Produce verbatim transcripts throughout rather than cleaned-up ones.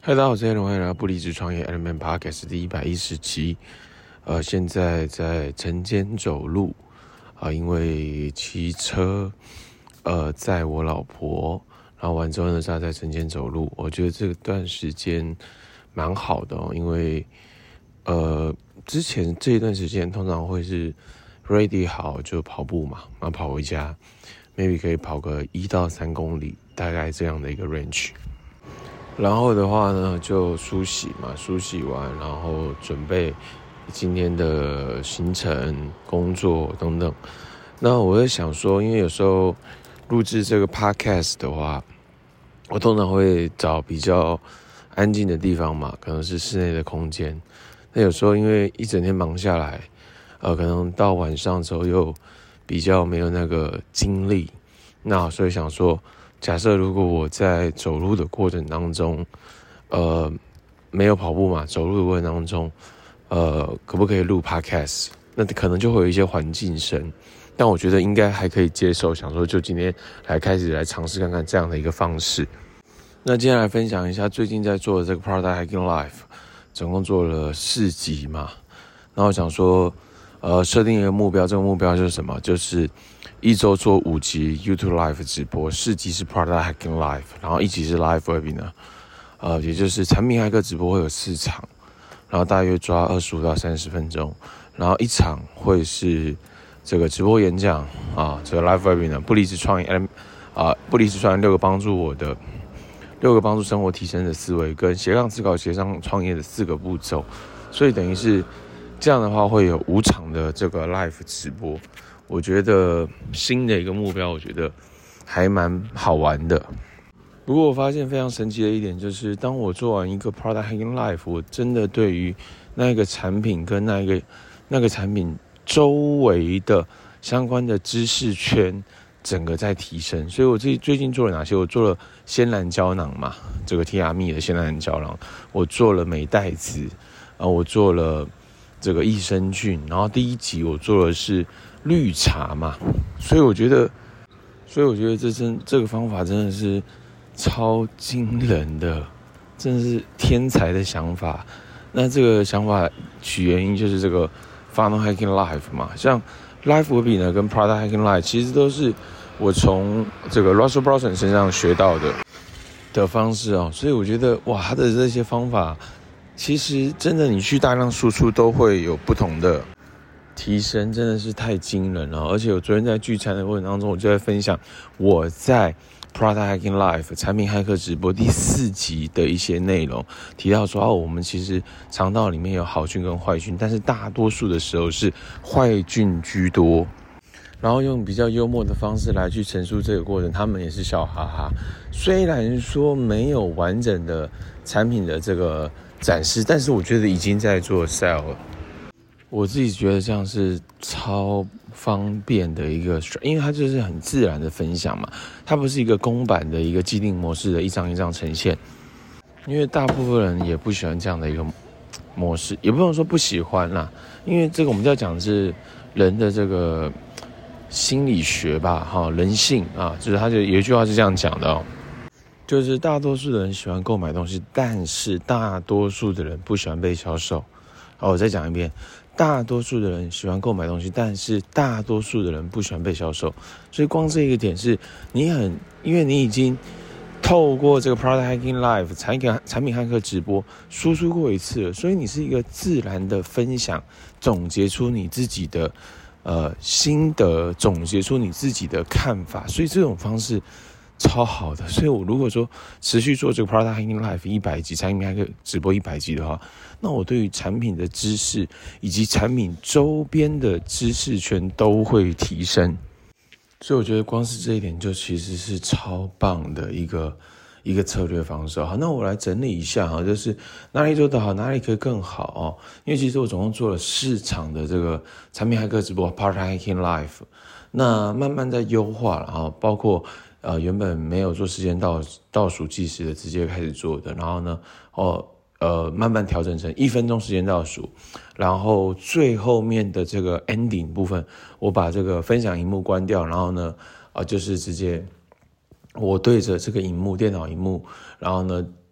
嗨，大家好，我是 Alan， 欢迎来到不离职创业 Element Podcast 第一百一十集。呃，现在在晨间走路啊、呃，因为骑车呃载我老婆，然后完之后呢，再在晨间走路。我觉得这段时间蛮好的哦，因为呃之前这一段时间通常会是 ready 好就跑步嘛，然后跑回家 ，maybe 可以跑个一到三公里，大概这样的一个 range。然后的话呢，就梳洗嘛，梳洗完，然后准备今天的行程、工作等等。那我在想说，因为有时候录制这个 podcast 的话，我通常会找比较安静的地方嘛，可能是室内的空间。那有时候因为一整天忙下来，呃，可能到晚上之后又比较没有那个精力，那所以想说。假设如果我在走路的过程当中，呃，没有跑步嘛，走路的过程当中，呃，可不可以录 podcast？ 那可能就会有一些环境声，但我觉得应该还可以接受。想说就今天来开始来尝试看看这样的一个方式。那接下来分享一下最近在做的这个 Product Hacking Life， 总共做了四集嘛，然后想说，呃，设定一个目标，这个目标就是什么？就是一周做五集 YouTube Live 直播，四集是 Product Hacking Live， 然后一集是 Live Webinar， 呃，也就是产品骇客直播会有四场，然后大约抓二十五到三十分钟，然后一场会是这个直播演讲啊，这个 Live Webinar 不离职创业啊，不离职创业六个帮助我的六个帮助生活提升的思维，跟斜杠思考斜杠创业的四个步骤，所以等于是这样的话会有五场的这个 Live 直播。我觉得新的一个目标，我觉得还蛮好玩的。不过我发现非常神奇的一点就是，当我做完一个 Product Hacking Life， 我真的对于那一个产品跟那一个那个产品周围的相关的知识圈，整个在提升。所以我自己最近做了哪些？我做了鲜蓝胶囊嘛，这个 T R M 的鲜蓝胶囊，我做了美代子，啊，我做了这个益生菌，然后第一集我做的是绿茶嘛，所以我觉得，所以我觉得这真这个方法真的是超惊人的，真的是天才的想法。那这个想法取原因就是这个 Funnel Hacking Life 嘛，像 Live Webinar 跟 Product Hacking Life 其实都是我从这个 Russell Brunson 身上学到的的方式哦，所以我觉得哇，他的这些方法其实真的你去大量输出都会有不同的提升，真的是太惊人了。而且我昨天在聚餐的过程当中，我就在分享我在 Product Hacking Life 产品骇客直播第四集的一些内容，提到说哦，我们其实肠道里面有好菌跟坏菌，但是大多数的时候是坏菌居多。然后用比较幽默的方式来去陈述这个过程，他们也是笑哈哈。虽然说没有完整的产品的这个展示，但是我觉得已经在做 sell 了。我自己觉得这样是超方便的一个，因为它就是很自然的分享嘛，它不是一个公版的一个既定模式的一张一张呈现，因为大部分人也不喜欢这样的一个模式，也不能说不喜欢啦，因为这个我们在讲的是人的这个心理学吧，哈，人性啊，就是他就有一句话是这样讲的哦，就是大多数的人喜欢购买东西，但是大多数的人不喜欢被销售。好，我再讲一遍。大多数的人喜欢购买东西，但是大多数的人不喜欢被销售。所以光这一个点是你很，因为你已经透过这个 Product Hacking Live 产品产品骇客直播输出过一次了，所以你是一个自然的分享，总结出你自己的呃心得，总结出你自己的看法，所以这种方式超好的。所以我如果说持续做这个 Product Hacking Live 一百集，产品骇客直播一百集的话，那我对于产品的知识以及产品周边的知识圈都会提升。所以我觉得光是这一点就其实是超棒的一个一个策略方式。好，那我来整理一下哈，就是哪里做得好，哪里可以更好哦。因为其实我总共做了四场的这个产品骇客直播 Product Hacking Live， 那慢慢在优化了哈，包括呃原本没有做时间倒倒数计时的，直接开始做的，然后呢哦。呃，慢慢调整成一分钟时间倒数，然后最后面的这个 ending 部分，我把这个分享萤幕关掉，然后呢，呃，就是直接我对着这个萤幕，电脑萤幕，然后呢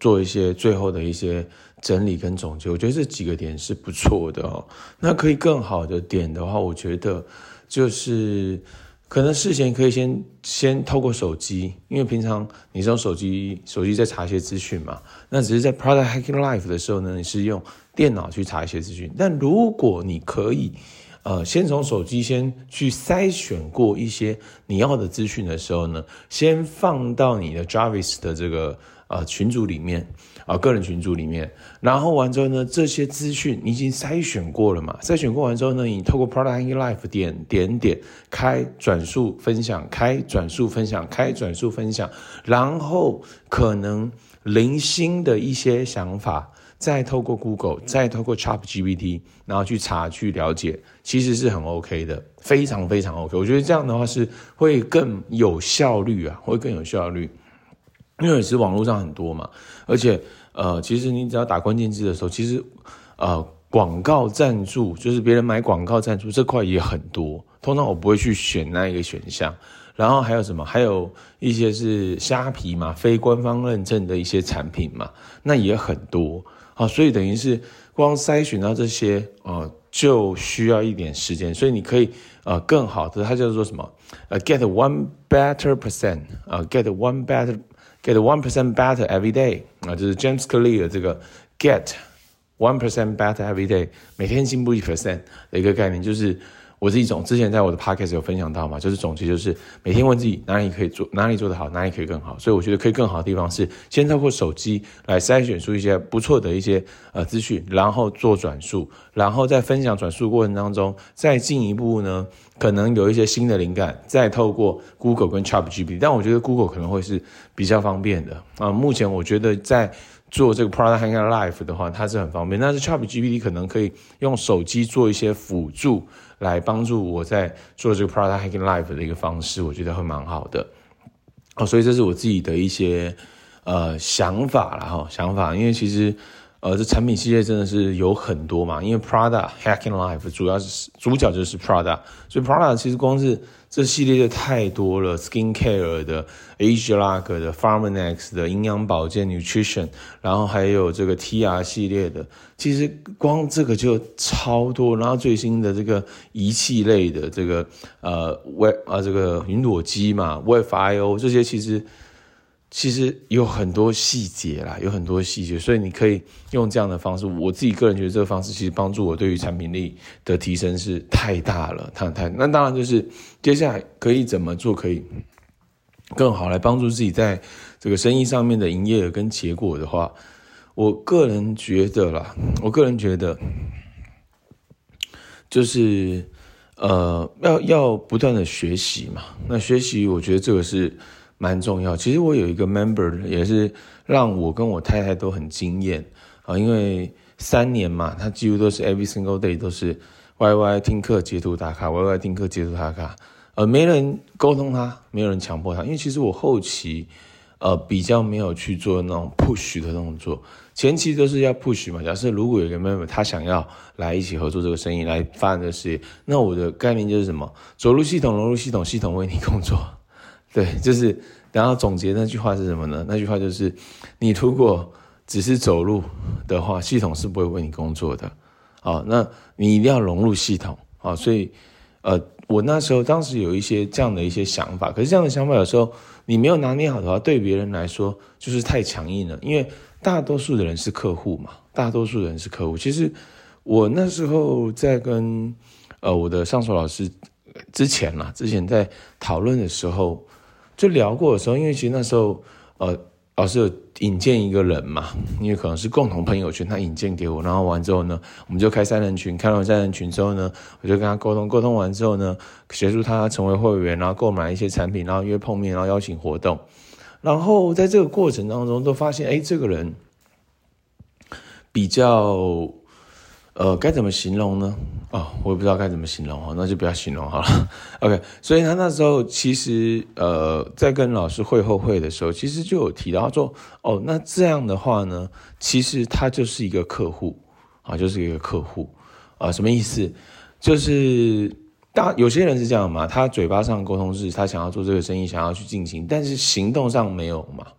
做一些最后的一些整理跟总结，我觉得这几个点是不错的哦。那可以更好的点的话，我觉得就是可能事前可以先先透过手机，因为平常你是用手机手机在查一些资讯嘛，那只是在 Product Hacking Life 的时候呢，你是用电脑去查一些资讯。但如果你可以呃，先从手机先去筛选过一些你要的资讯的时候呢，先放到你的 Jarvis 的这个呃群组里面啊、呃，个人群组里面，然后完之后呢，这些资讯你已经筛选过了嘛？筛选过完之后呢，你透过 Product Hacking Life 点点点开转述分享，开转述分享，开转述分享，然后可能零星的一些想法。再透过 Google， 再透过 ChatGPT， 然后去查去了解，其实是很 OK 的，非常非常 OK。我觉得这样的话是会更有效率啊，会更有效率，因为也是网络上很多嘛，而且呃，其实你只要打关键字的时候，其实呃广告赞助就是别人买广告赞助这块也很多，通常我不会去选那一个选项。然后还有什么？还有一些是虾皮嘛，非官方认证的一些产品嘛，那也很多。好，所以等于是光筛选到这些，呃，就需要一点时间。所以你可以呃更好的，它叫做什么？呃 ，get one better percent， 啊、呃、，get one better get one percent better every day， 啊、呃，就是 James Clear 这个 get one percent better every day， 每天进步一 percent 的一个概念，就是我自己总之前在我的 podcast 有分享到嘛，就是总结就是每天问自己哪里可以做，哪里做得好，哪里可以更好。所以我觉得可以更好的地方是先透过手机来筛选出一些不错的一些呃资讯，然后做转述，然后在分享转述过程当中，再进一步呢，可能有一些新的灵感，再透过 Google 跟 ChatGPT， 但我觉得 Google 可能会是比较方便的啊、呃。目前我觉得在做这个 Product Hacking Life 的话，它是很方便。但是 ChatGPT 可能可以用手机做一些辅助，来帮助我在做这个 Product Hacking Life 的一个方式，我觉得会蛮好的。哦，所以这是我自己的一些呃想法啦哈，想法。因为其实呃这产品系列真的是有很多嘛，因为 Product Hacking Life 主要是主角就是 Product， 所以 Product 其实光是这系列就太多了 ，Skin Care 的、Agelog 的、Pharmanex 的营养保健 Nutrition， 然后还有这个 T R 系列的，其实光这个就超多。然后最新的这个仪器类的这个呃 Web 啊这个云朵机嘛 ，Web I O 这些其实。其实有很多细节啦，有很多细节，所以你可以用这样的方式。我自己个人觉得这个方式其实帮助我对于产品力的提升是太大了，太太。那当然就是接下来可以怎么做，可以更好来帮助自己在这个生意上面的营业额跟结果的话，我个人觉得啦，我个人觉得就是呃要要不断的学习嘛。那学习，我觉得这个是。蛮重要。其实我有一个 member 也是让我跟我太太都很惊艳啊，因为三年嘛，他几乎都是 every single day 都是 Y Y 听课截图打卡 ，Y Y 听课截图打卡，呃，没人沟通他，没有人强迫他，因为其实我后期呃比较没有去做那种 push 的动作，前期都是要 push 嘛。假设如果有一个 member 他想要来一起合作这个生意，来发展这个事业，那我的概念就是什么？走入系统，融入系统，系统为你工作。对，就是然后总结那句话是什么呢？那句话就是，你如果只是走路的话，系统是不会为你工作的。好，那你一定要融入系统。好，所以呃，我那时候当时有一些这样的一些想法，可是这样的想法有时候你没有拿捏好的话，对别人来说就是太强硬了，因为大多数的人是客户嘛，大多数的人是客户。其实我那时候在跟呃我的上手老师之前啦，之前在讨论的时候。就聊过的时候，因为其实那时候，呃，老师有引荐一个人嘛，因为可能是共同朋友圈，他引荐给我，然后完之后呢，我们就开三人群，开完三人群之后呢，我就跟他沟通，沟通完之后呢，协助他成为会员，然后购买一些产品，然后约碰面，然后邀请活动，然后在这个过程当中都发现，哎，这个人比较。呃，该怎么形容呢？哦，我也不知道该怎么形容哦，那就不要形容好了。OK， 所以他那时候其实呃，在跟老师会后会的时候，其实就有提到说，哦，那这样的话呢，其实他就是一个客户啊，就是一个客户啊，什么意思？就是大有些人是这样嘛，他嘴巴上沟通是他想要做这个生意，想要去进行，但是行动上没有嘛。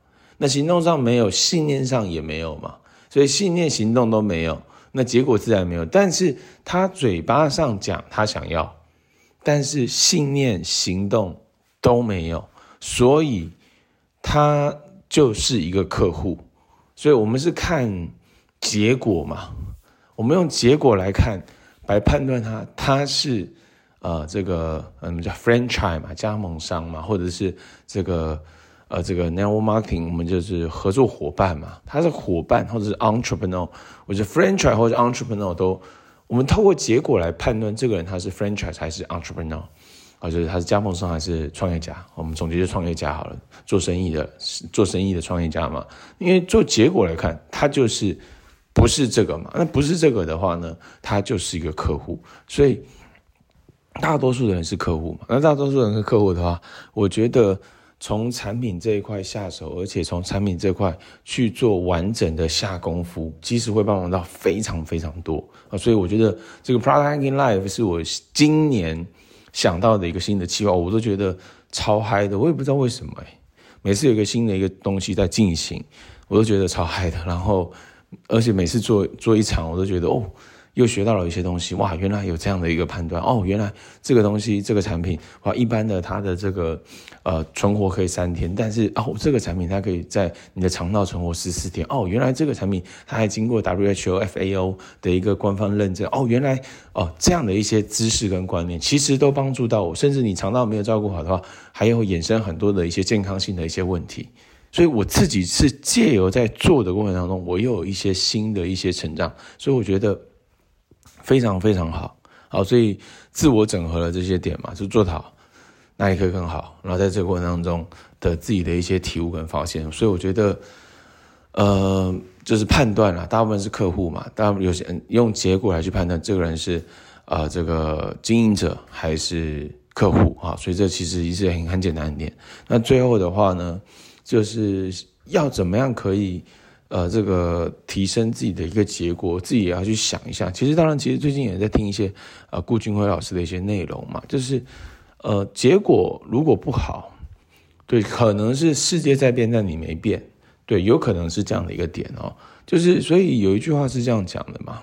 那行动上没有，信念上也没有嘛，所以信念行动都没有，那结果自然没有。但是他嘴巴上讲他想要，但是信念行动都没有，所以他就是一个客户。所以我们是看结果嘛，我们用结果来看，来判断他他是呃这个嗯叫 franchise 嘛，加盟商嘛，或者是这个呃这个 network marketing， 我们就是合作伙伴嘛，他是伙伴或者是 entrepreneur， 或者 franchise 或者 entrepreneur 都，我们透过结果来判断这个人他是 franchise 还是 entrepreneur。啊，就是他是加盟商还是创业家？我们总结就创业家好了，做生意的做生意的创业家嘛。因为做结果来看，他就是不是这个嘛。那不是这个的话呢，他就是一个客户。所以大多数的人是客户嘛。那大多数人是客户的话，我觉得从产品这一块下手，而且从产品这块去做完整的下功夫，其实会帮忙到非常非常多啊。所以我觉得这个 Product Hacking Live 是我今年想到的一个新的企划，我都觉得超嗨的，我也不知道为什么、欸、每次有一个新的一个东西在进行，我都觉得超嗨的。然后，而且每次做做一场，我都觉得哦，又学到了一些东西，哇，原来有这样的一个判断，哦，原来这个东西这个产品，哇，一般的它的这个呃存活可以三天，但是哦这个产品它可以在你的肠道存活十四天，哦，原来这个产品它还经过 W H O、F A O 的一个官方认证，哦，原来哦这样的一些知识跟观念，其实都帮助到我，甚至你肠道没有照顾好的话，还有衍生很多的一些健康性的一些问题。所以我自己是借由在做的过程当中，我又有一些新的一些成长，所以我觉得非常非常好，好，所以自我整合了这些点嘛，就做得好，哪里可以更好，然后在这个过程当中的自己的一些体悟跟发现，所以我觉得，呃，就是判断啦，大部分是客户嘛，大部分有些人用结果来去判断这个人是呃这个经营者还是客户啊，所以这其实是很很简单的点。那最后的话呢，就是要怎么样可以呃，这个提升自己的一个结果，自己也要去想一下。其实，当然，其实最近也在听一些呃顾俊辉老师的一些内容嘛，就是呃，结果如果不好，对，可能是世界在变，但你没变，对，有可能是这样的一个点哦。就是所以有一句话是这样讲的嘛，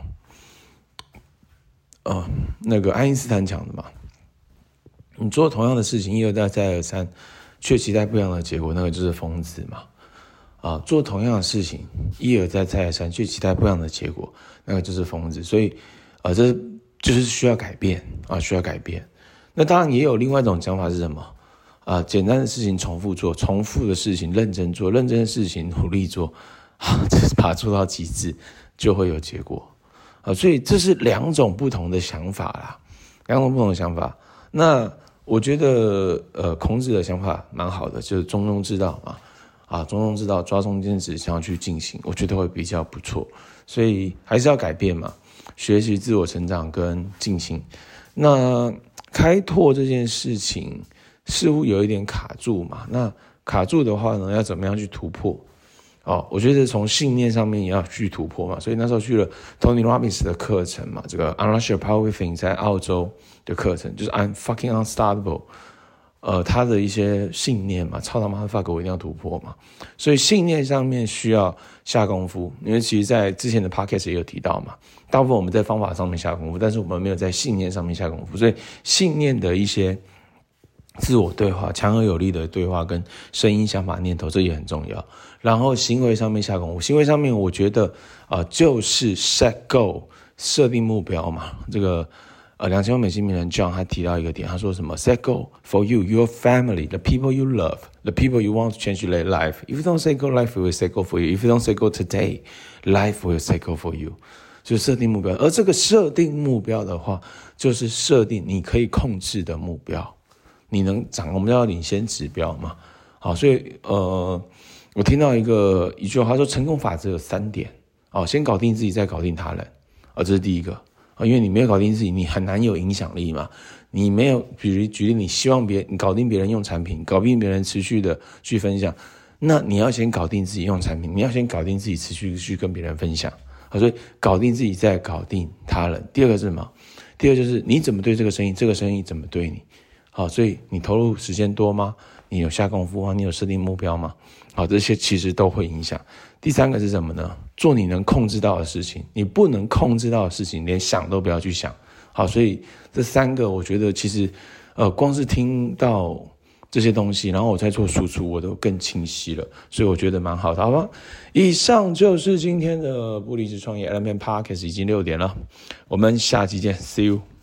呃，那个爱因斯坦讲的嘛，你做同样的事情一而再再而三，却期待不一样的结果，那个就是疯子嘛。啊，做同样的事情，一而再再而三，却期待不一样的结果，那个就是疯子。所以，啊，这就是需要改变啊，需要改变。那当然也有另外一种讲法是什么？啊，简单的事情重复做，重复的事情认真做，认真的事情努力做，啊，这是把它做到极致，就会有结果。啊，所以这是两种不同的想法啦，两种不同的想法。那我觉得，呃，孔子的想法蛮好的，就是中庸之道嘛。啊，中庸之道，抓中间值，想要去进行，我觉得会比较不错。所以还是要改变嘛，学习自我成长跟进行。那开拓这件事情似乎有一点卡住嘛，那卡住的话呢，要怎么样去突破？哦，我觉得从信念上面也要去突破嘛。所以那时候去了 Tony Robbins 的课程嘛，这个 Unleash Your Power Within 在澳洲的课程，就是 I'm fucking unstoppable。呃，他的一些信念嘛，超他妈的 fuck， 我一定要突破嘛，所以信念上面需要下功夫，因为其实在之前的 podcast 也有提到嘛，大部分我们在方法上面下功夫，但是我们没有在信念上面下功夫，所以信念的一些自我对话，强而有力的对话跟声音、想法、念头，这也很重要。然后行为上面下功夫，行为上面我觉得呃就是 set goal， 设定目标嘛，这个。呃，两千万美金名人 John 他提到一个点，他说什么 ？Set goal for you, your family, the people you love, the people you want to change your life. If you don't set goal, life will set goal for you. If you don't set goal today, life will set goal for you. 就是设定目标，而这个设定目标的话，就是设定你可以控制的目标，你能掌，我们叫领先指标嘛。好，所以呃，我听到一个一句话，他说成功法则有三点，哦，先搞定自己，再搞定他人，啊，这是第一个。因为你没有搞定自己，你很难有影响力嘛。你没有，比如举例，你希望别你搞定别人用产品，搞定别人持续的去分享，那你要先搞定自己用产品，你要先搞定自己持续去跟别人分享。好，所以搞定自己再搞定他人。第二个是什么？第二就是你怎么对这个生意，这个生意怎么对你。好，所以你投入时间多吗？ 你有下功夫啊，你有设定目标吗？好，这些其实都会影响。第三个是什么呢？做你能控制到的事情，你不能控制到的事情，连想都不要去想。好，所以这三个我觉得其实，呃，光是听到这些东西，然后我再做输出，我都更清晰了，所以我觉得蛮好的，好吧？以上就是今天的不离职创业 Element Podcast， 已经六点了，我们下期见 ，See you。